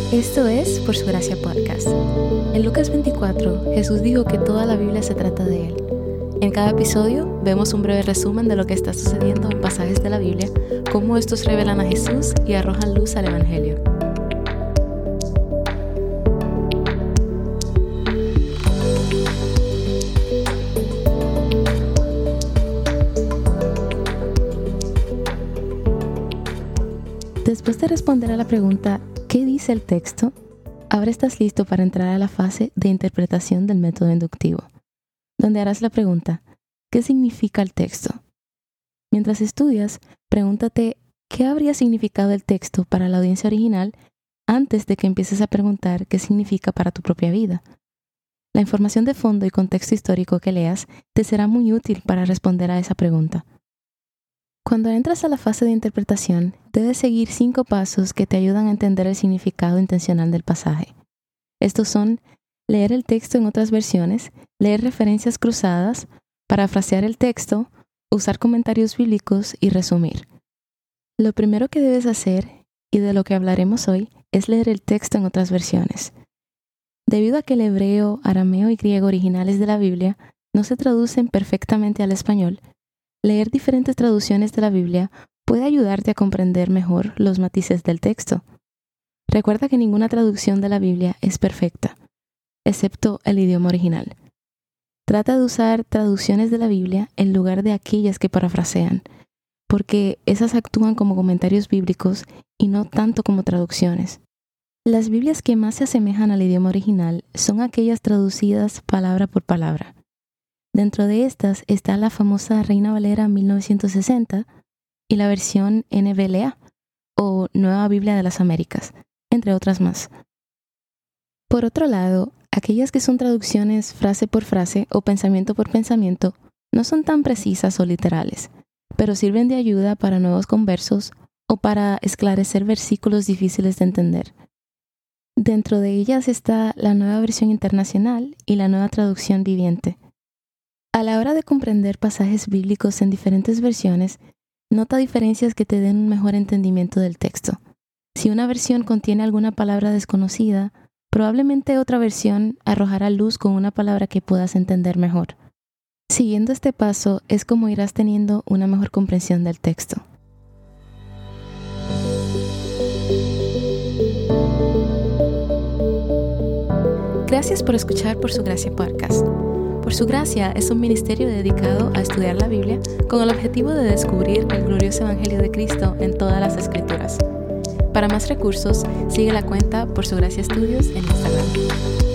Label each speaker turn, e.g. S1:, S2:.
S1: Esto es Por Su Gracia Podcast. En Lucas 24, Jesús dijo que toda la Biblia se trata de Él. En cada episodio vemos un breve resumen de lo que está sucediendo en pasajes de la Biblia, cómo estos revelan a Jesús y arrojan luz al Evangelio. Después de responder a la pregunta ¿qué dice el texto?, ahora estás listo para entrar a la fase de interpretación del método inductivo, donde harás la pregunta ¿qué significa el texto? Mientras estudias, pregúntate ¿qué habría significado el texto para la audiencia original antes de que empieces a preguntar qué significa para tu propia vida? La información de fondo y contexto histórico que leas te será muy útil para responder a esa pregunta. Cuando entras a la fase de interpretación, debes seguir 5 pasos que te ayudan a entender el significado intencional del pasaje. Estos son leer el texto en otras versiones, leer referencias cruzadas, parafrasear el texto, usar comentarios bíblicos y resumir. Lo primero que debes hacer, y de lo que hablaremos hoy, es leer el texto en otras versiones. Debido a que el hebreo, arameo y griego originales de la Biblia no se traducen perfectamente al español, leer diferentes traducciones de la Biblia puede ayudarte a comprender mejor los matices del texto. Recuerda que ninguna traducción de la Biblia es perfecta, excepto el idioma original. Trata de usar traducciones de la Biblia en lugar de aquellas que parafrasean, porque esas actúan como comentarios bíblicos y no tanto como traducciones. Las Biblias que más se asemejan al idioma original son aquellas traducidas palabra por palabra. Dentro de estas está la famosa Reina Valera 1960 y la versión NVLA o Nueva Biblia de las Américas, entre otras más. Por otro lado, aquellas que son traducciones frase por frase o pensamiento por pensamiento no son tan precisas o literales, pero sirven de ayuda para nuevos conversos o para esclarecer versículos difíciles de entender. Dentro de ellas está la Nueva Versión Internacional y la Nueva Traducción Viviente. A la hora de comprender pasajes bíblicos en diferentes versiones, nota diferencias que te den un mejor entendimiento del texto. Si una versión contiene alguna palabra desconocida, probablemente otra versión arrojará luz con una palabra que puedas entender mejor. Siguiendo este paso es como irás teniendo una mejor comprensión del texto. Gracias por escuchar Por Su Gracia Podcast. Por Su Gracia es un ministerio dedicado a estudiar la Biblia con el objetivo de descubrir el glorioso Evangelio de Cristo en todas las Escrituras. Para más recursos, sigue la cuenta Por Su Gracia Estudios en Instagram.